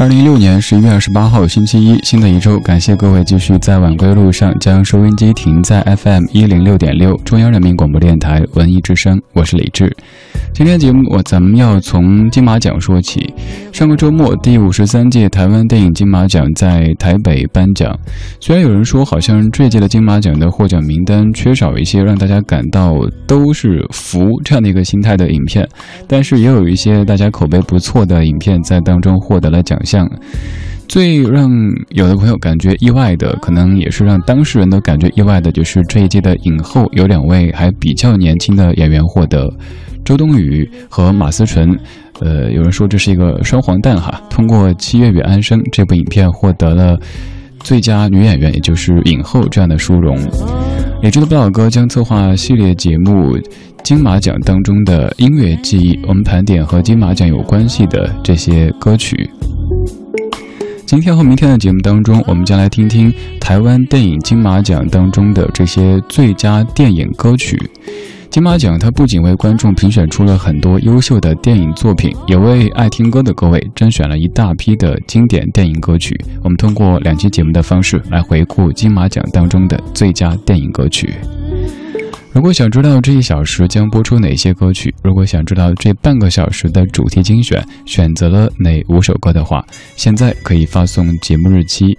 2016年11月28号星期一，新的一周，感谢各位继续在晚归路上将收音机停在 FM106.6 中央人民广播电台文艺之声，我是李志。今天节目咱们要从金马奖说起。上个周末第53届台湾电影金马奖在台北颁奖，虽然有人说好像这届的金马奖的获奖名单缺少一些让大家感到都是福这样的一个心态的影片，但是也有一些大家口碑不错的影片在当中获得了奖项。最让有的朋友感觉意外的，可能也是让当事人都感觉意外的，就是这一届的影后有2位还比较年轻的演员获得，周冬雨和马思纯。有人说这是一个双黄蛋哈，通过《七月与安生》这部影片获得了最佳女演员，也就是影后这样的殊荣。理智的不老歌将策划系列节目金马奖当中的音乐记忆，我们盘点和金马奖有关系的这些歌曲。今天和明天的节目当中，我们将来听听台湾电影金马奖当中的这些最佳电影歌曲。金马奖它不仅为观众评选出了很多优秀的电影作品，也为爱听歌的各位甄选了一大批的经典电影歌曲。我们通过2期节目的方式来回顾金马奖当中的最佳电影歌曲。如果想知道这1小时将播出哪些歌曲，如果想知道这半个小时的主题精选选择了哪5首歌的话，现在可以发送节目日期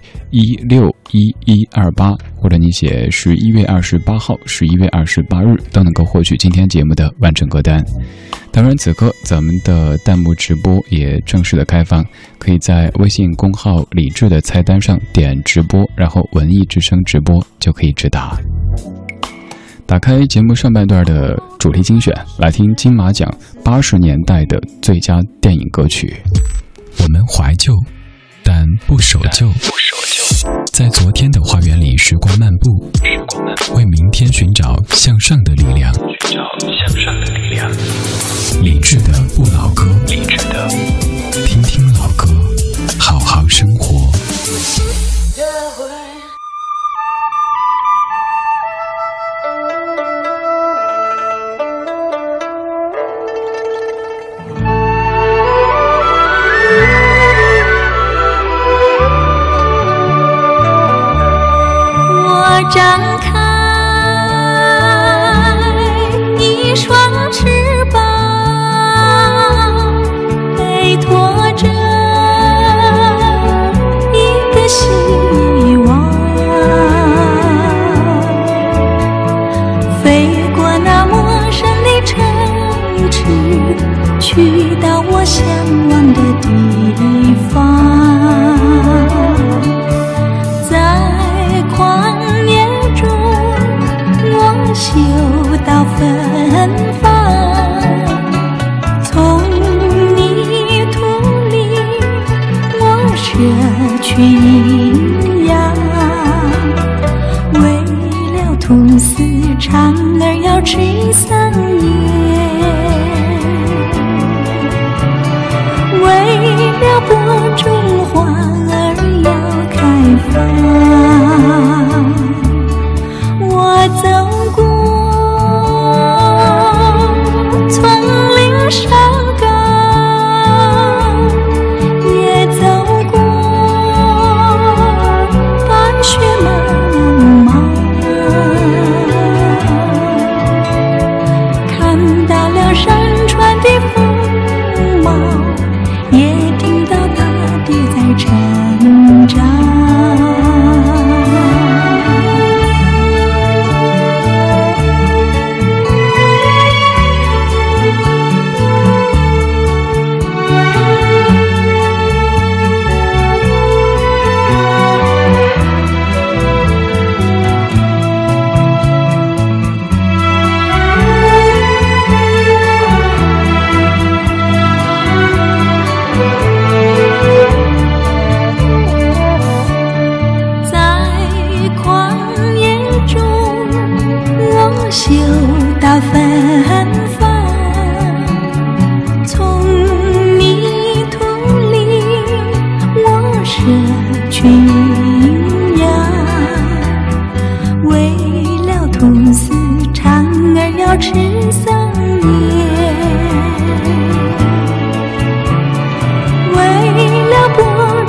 161128，或者你写11月28号、11月28日，都能够获取今天节目的完整歌单。当然此刻咱们的弹幕直播也正式的开放，可以在微信公号李志的菜单上点直播，然后文艺之声直播就可以直达。打开节目上半段的主题精选，来听金马奖80年代的最佳电影歌曲。 我们怀旧，但不守旧，在昨天的花园里时光漫步，为明天寻找向上的力量。理智的不老歌，听听老歌，好好生活。 张开一双翅膀，背驮着一个希望，飞过那陌生的城池，去到我向往的地方。嗅到芬芳，从泥土里我摄取营养，为了吐丝蝉儿要吃3年，为了播种花儿要开放，我走过丛林山岗，也走过白雪茫茫，看到了山川的风貌，也听到大地在成长。嗅到芬芳，从泥土里我摄取营养，为了吐丝蝉儿要吃3年，为了播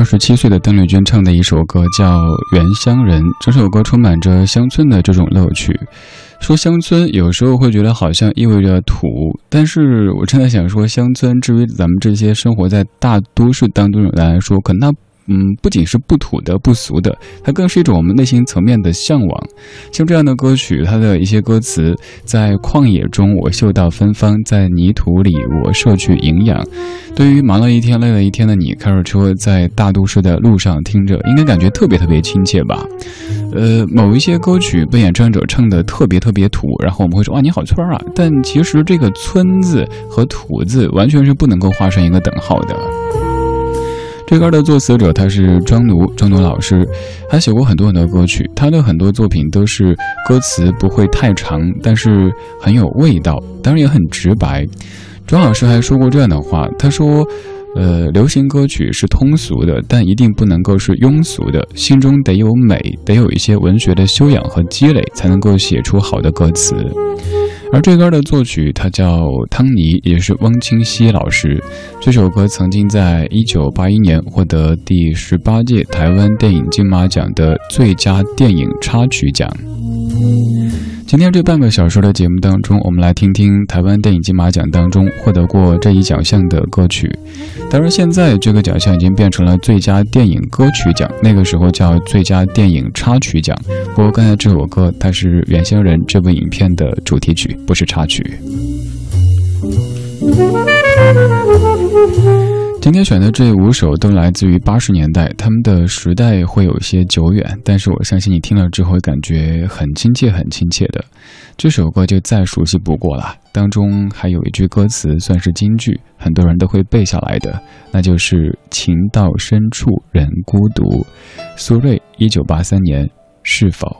27岁的邓丽君唱的一首歌叫《原乡人》，这首歌充满着乡村的这种乐趣。说乡村有时候会觉得好像意味着土，但是我真的想说，乡村至于咱们这些生活在大都市当中的人来说，可能它不仅是不土的不俗的，它更是一种我们内心层面的向往。像这样的歌曲，它的一些歌词，在旷野中我嗅到芬芳，在泥土里我摄取营养。对于忙了一天累了一天的你，开着车在大都市的路上听着，应该感觉特别特别亲切吧。某一些歌曲被演唱者唱得特别特别土，然后我们会说哇你好村啊，但其实这个村字和土字完全是不能够画上一个等号的。这歌的作词者他是庄奴老师，他写过很多很多歌曲，他的很多作品都是歌词不会太长，但是很有味道，当然也很直白。庄老师还说过这样的话，他说流行歌曲是通俗的，但一定不能够是庸俗的，心中得有美，得有一些文学的修养和积累，才能够写出好的歌词。而这歌的作曲他叫汤尼，也是汪清溪老师。这首歌曾经在1981年获得第18届台湾电影金马奖的最佳电影插曲奖。今天这半个小时的节目当中，我们来听听台湾电影金马奖当中获得过这一奖项的歌曲。当然现在这个奖项已经变成了最佳电影歌曲奖，那个时候叫最佳电影插曲奖。不过刚才这首歌它是《原乡人》这部影片的主题曲，不是插曲。今天选的这5首都来自于80年代，他们的时代会有些久远，但是我相信你听了之后感觉很亲切很亲切的。这首歌就再熟悉不过了，当中还有一句歌词算是金句，很多人都会背下来的，那就是情到深处人孤独。苏芮1983年是否。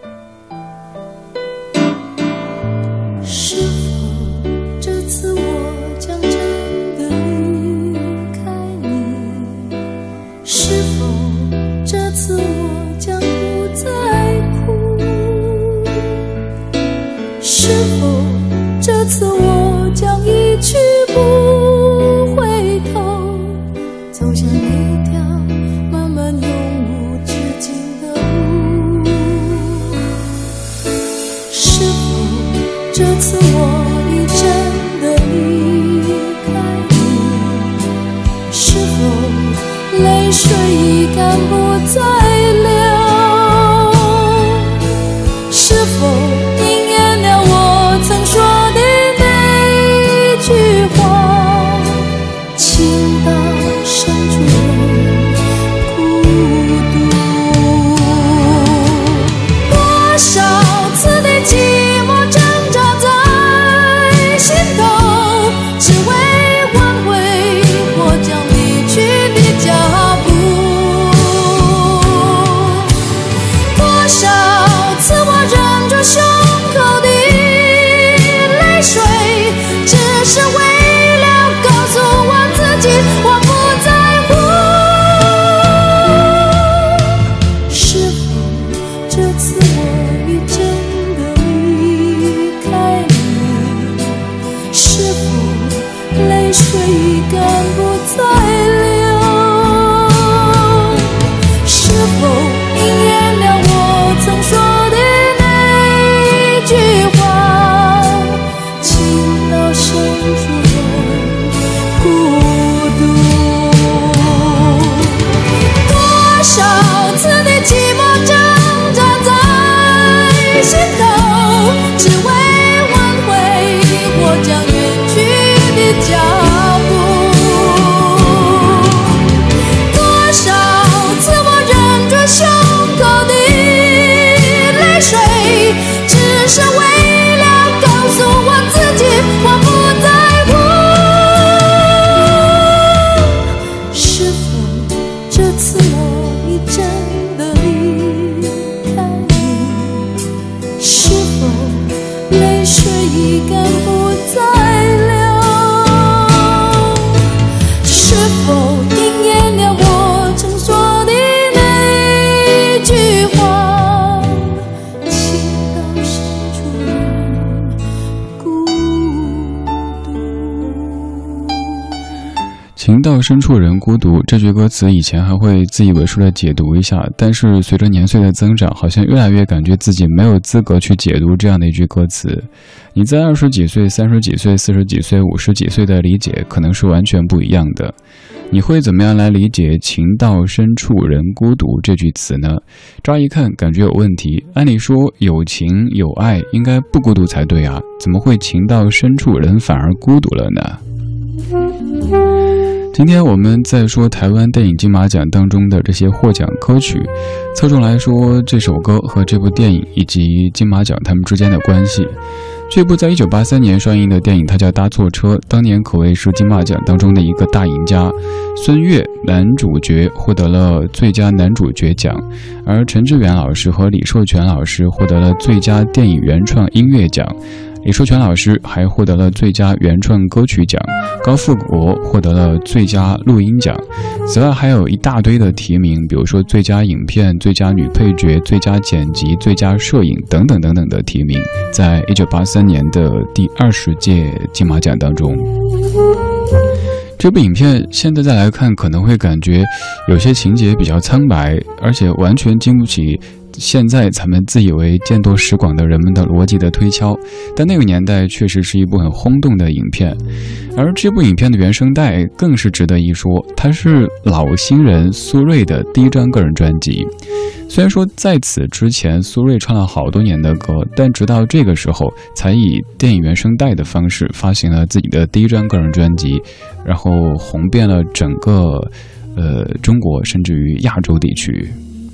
是否这次我将真的离开你？是否这次我将不再哭？是否这次我将一去不回头，走向那条漫漫永无止境的路？是否这次我已真的离开你？是否泪水已干不再流？是否应验了我曾说的那句话，情到深处人孤独？多少次的寂寞挣扎在心头，只为挽回我将离去的脚步。多少次我忍住胸口的泪水，只是为了告诉我自己我不在乎。是否这次我已真的离开你？是否泪水已干不再流？是否应验了我曾说的那句话，情到深处人孤独？多少次的寂寞挣扎在心头，只为挽回我将远去的脚步。多少次我忍住胸口的泪水，只是为了告诉我自己我不在乎。 情到深处人孤独这句歌词以前还会自以为是的解读一下，但是随着年岁的增长，好像越来越感觉自己没有资格去解读这样的一句歌词。你在20几岁、30几岁、40几岁、50几岁的理解可能是完全不一样的。你会怎么样来理解情到深处人孤独这句词呢？乍一看感觉有问题，按理说有情有爱应该不孤独才对啊，怎么会情到深处人反而孤独了呢？今天我们在说台湾电影金马奖当中的这些获奖歌曲，侧重来说这首歌和这部电影以及金马奖他们之间的关系。这部在1983年上映的电影它叫《搭错车》，当年可谓是金马奖当中的一个大赢家。孙越男主角获得了最佳男主角奖，而陈志远老师和李寿全老师获得了最佳电影原创音乐奖。李寿全老师还获得了最佳原创歌曲奖，高富国获得了最佳录音奖。此外还有一大堆的提名，比如说最佳影片、最佳女配角、最佳剪辑、最佳摄影等等等等的提名，在1983年的第20届金马奖当中。这部影片现在再来看，可能会感觉有些情节比较苍白，而且完全经不起现在咱们自以为见多识广的人们的逻辑的推敲，但那个年代确实是一部很轰动的影片。而这部影片的原声带更是值得一说，它是老新人苏芮的第一张个人专辑。虽然说在此之前苏芮唱了好多年的歌，但直到这个时候才以电影原声带的方式发行了自己的第一张个人专辑，然后红遍了整个中国甚至于亚洲地区。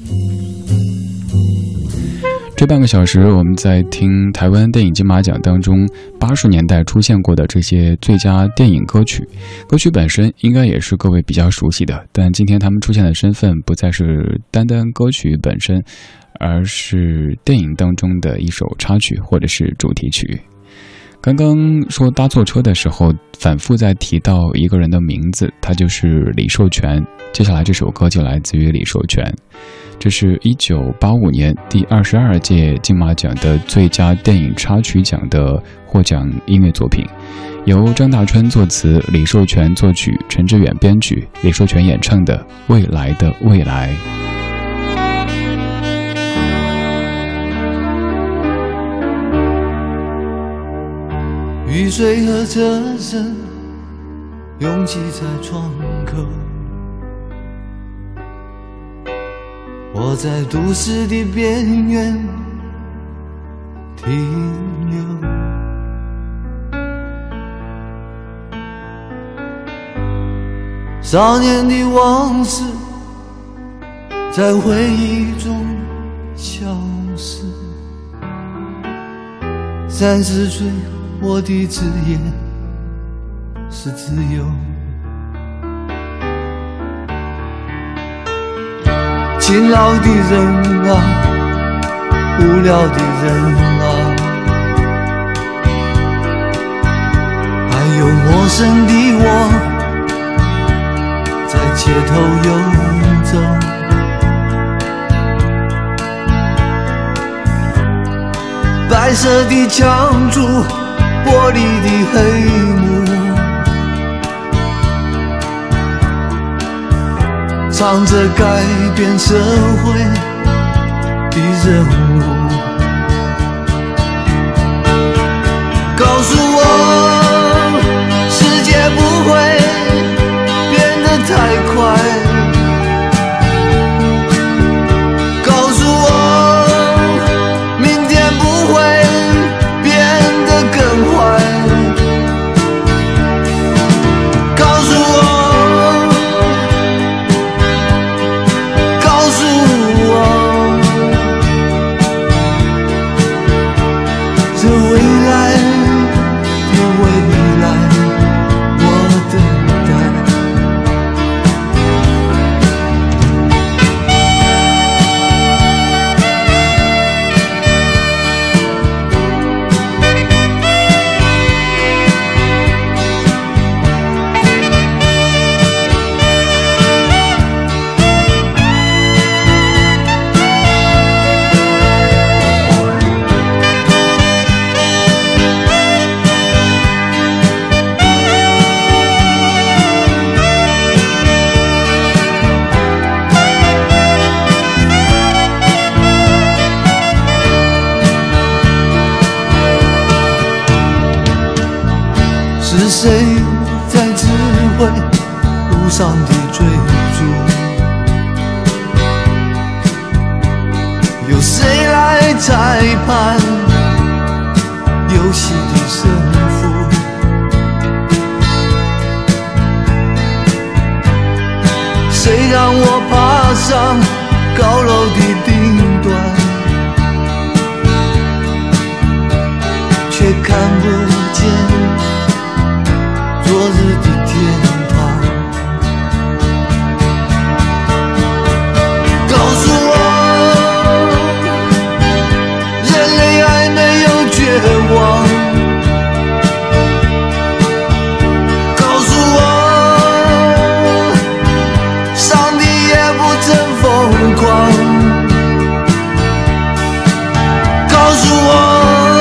这半个小时我们在听台湾电影金马奖当中80年代出现过的这些最佳电影歌曲，歌曲本身应该也是各位比较熟悉的，但今天他们出现的身份不再是单单歌曲本身，而是电影当中的一首插曲或者是主题曲。刚刚说搭错车的时候反复在提到一个人的名字，他就是李寿全，接下来这首歌就来自于李寿全。这是1985年第22届金马奖的最佳电影插曲奖的获奖音乐作品，由张大春作词，李寿全作曲，陈志远编曲，李寿全演唱的《未来的未来》。 雨水和车声拥挤在窗口，我在都市的边缘停留，少年的往事在回忆中消失，30岁我的职业是自由，勤劳的人啊，无聊的人啊，还有陌生的我在街头游走，白色的墙柱，玻璃的黑幕，唱着改变社会的任务，告诉我世界不会变得太快，告诉我明天不会变得更坏，告诉我，告诉我，这未来的是谁在指挥路上的追逐？由谁来裁判游戏的胜负？谁让我爬上高楼的顶端，却看不见昨日的天堂？告诉我，人类还没有绝望。告诉我，上帝也不曾疯狂。告诉我，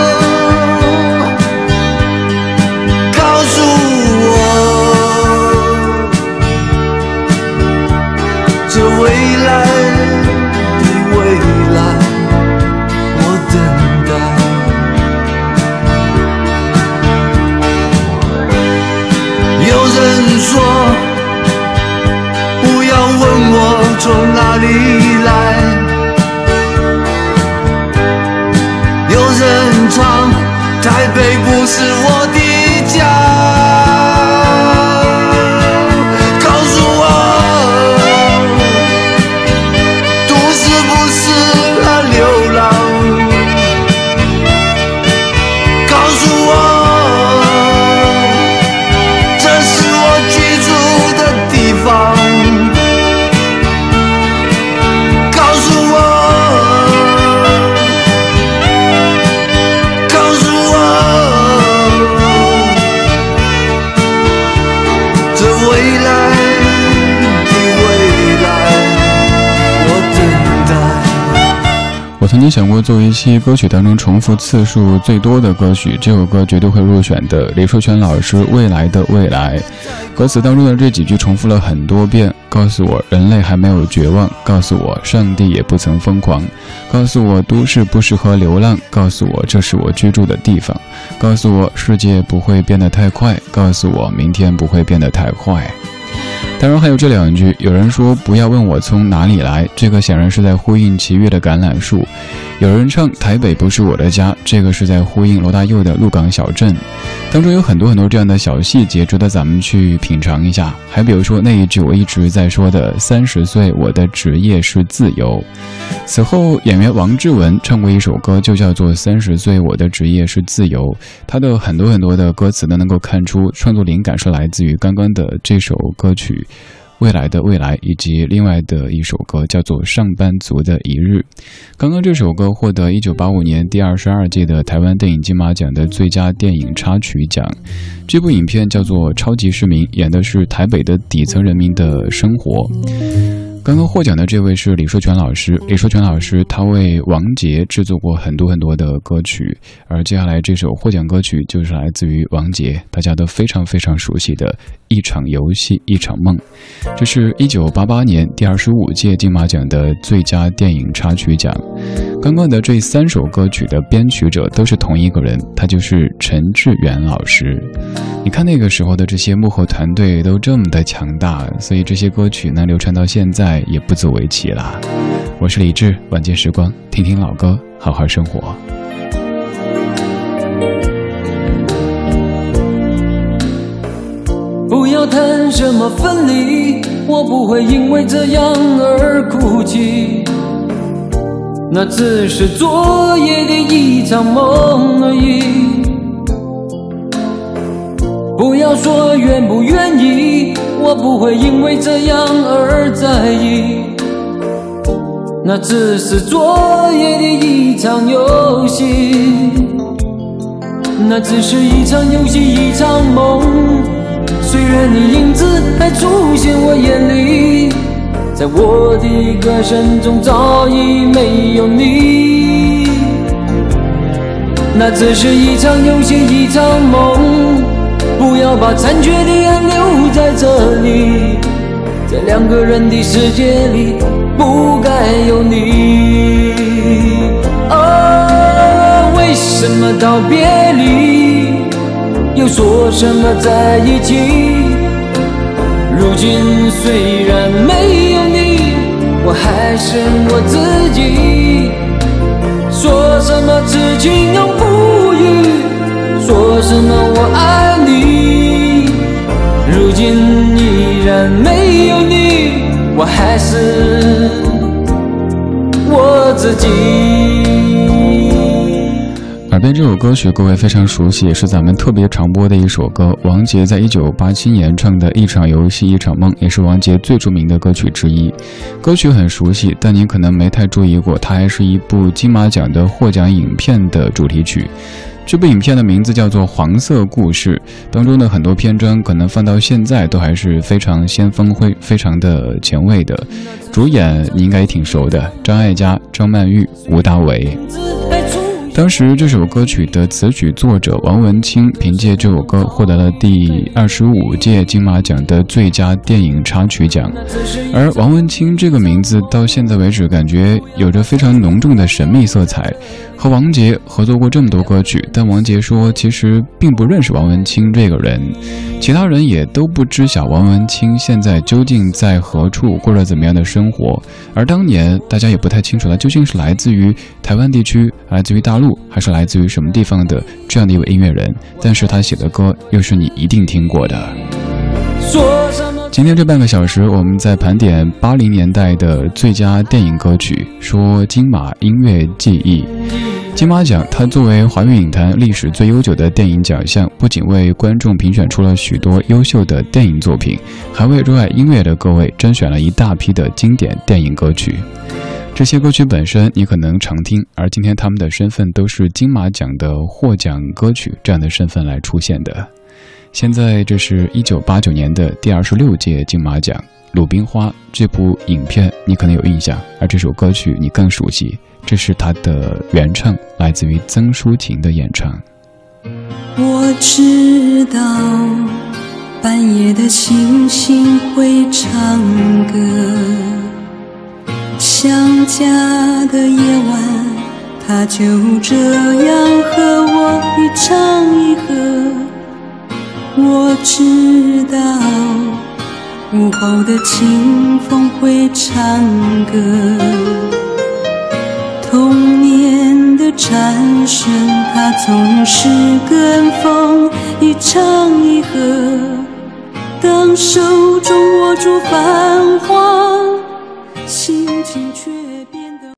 从哪里来？有人唱台北不是我的家。告诉我，都市不适合流浪。告诉我，这是我居住的地方。 我曾经想过做一期歌曲当中重复次数最多的歌曲，这首歌绝对会入选的，李寿全老师《未来的未来》。歌词当中的这几句重复了很多遍，告诉我人类还没有绝望，告诉我上帝也不曾疯狂，告诉我都市不适合流浪，告诉我这是我居住的地方，告诉我世界不会变得太快，告诉我明天不会变得太坏。当然还有这两句，有人说不要问我从哪里来，这个显然是在呼应齐豫的橄榄树。有人唱台北不是我的家，这个是在呼应罗大佑的鹿港小镇。当中有很多这样的小细节值得咱们去品尝一下。还比如说那一句我一直在说的30岁我的职业是自由。此后演员王志文唱过一首歌，就叫做30岁我的职业是自由。他的很多的歌词呢，能够看出创作灵感是来自于刚刚的这首歌曲未来的未来，以及另外的一首歌叫做上班族的一日。刚刚这首歌获得1985年第22届的台湾电影金马奖的最佳电影插曲奖。这部影片叫做超级市民，演的是台北的底层人民的生活。刚刚获奖的这位是李寿全老师，李寿全老师他为王杰制作过很多的歌曲，而接下来这首获奖歌曲就是来自于王杰，大家都非常熟悉的一场游戏一场梦。这是1988年第25届金马奖的最佳电影插曲奖。刚刚的这3首歌曲的编曲者都是同一个人，他就是陈志远老师。你看那个时候的这些幕后团队都这么的强大，所以这些歌曲能流传到现在也不足为奇啦。我是李志，晚间时光，听听老歌，好好生活。 不要谈什么分离，我不会因为这样而哭泣，那只是昨夜的一场梦而已。不要说愿不愿意，我不会因为这样而在意，那只是昨夜的一场游戏，那只是一场游戏一场梦。虽然你影子还出现我眼里，在我的歌声中早已没有你，那只是一场游戏一场梦。不要把残缺的爱留在这里，在两个人的世界里不该有你。为什么道别离又说什么在一起？如今虽然没有你，我还是我自己。说什么痴情永不渝，说什么我爱你，如今依然没有你，我还是我自己。 耳边这首歌曲各位非常熟悉，也是咱们特别常播的一首歌，王杰在1987年唱的《一场游戏一场梦》，也是王杰最著名的歌曲之一。歌曲很熟悉，但您可能没太注意过，它还是一部金马奖的获奖影片的主题曲。这部影片的名字叫做《黄色故事》，当中的很多片段可能放到现在都还是非常先锋非常的前卫的。主演你应该也挺熟的，张艾嘉、张曼玉、吴大维。当时这首歌曲的词曲作者王文清凭借这首歌获得了第25届金马奖的最佳电影插曲奖。而王文清这个名字到现在为止感觉有着非常浓重的神秘色彩。和王杰合作过这么多歌曲，但王杰说其实并不认识王文清这个人，其他人也都不知晓王文清现在究竟在何处，过着怎么样的生活。而当年大家也不太清楚他究竟是来自于台湾地区，来自于大陆，还是来自于什么地方的这样的一位音乐人，但是他写的歌又是你一定听过的。今天这半个小时我们在盘点80年代的最佳电影歌曲，说金马音乐记忆。金马奖它作为华语影坛历史最悠久的电影奖项，不仅为观众评选出了许多优秀的电影作品，还为热爱音乐的各位甄选了一大批的经典电影歌曲。这些歌曲本身你可能常听，而今天他们的身份都是金马奖的获奖歌曲这样的身份来出现的。现在这是1989年的第26届金马奖，鲁冰花这部影片你可能有印象，而这首歌曲你更熟悉，这是它的原唱，来自于曾淑婷的演唱。 我知道半夜的星星会唱歌，想家的夜晚它就这样和我一唱一和。我知道午后的清风会唱歌，童年的蝉声它总是跟风一唱一和。当手中握住繁华，心情却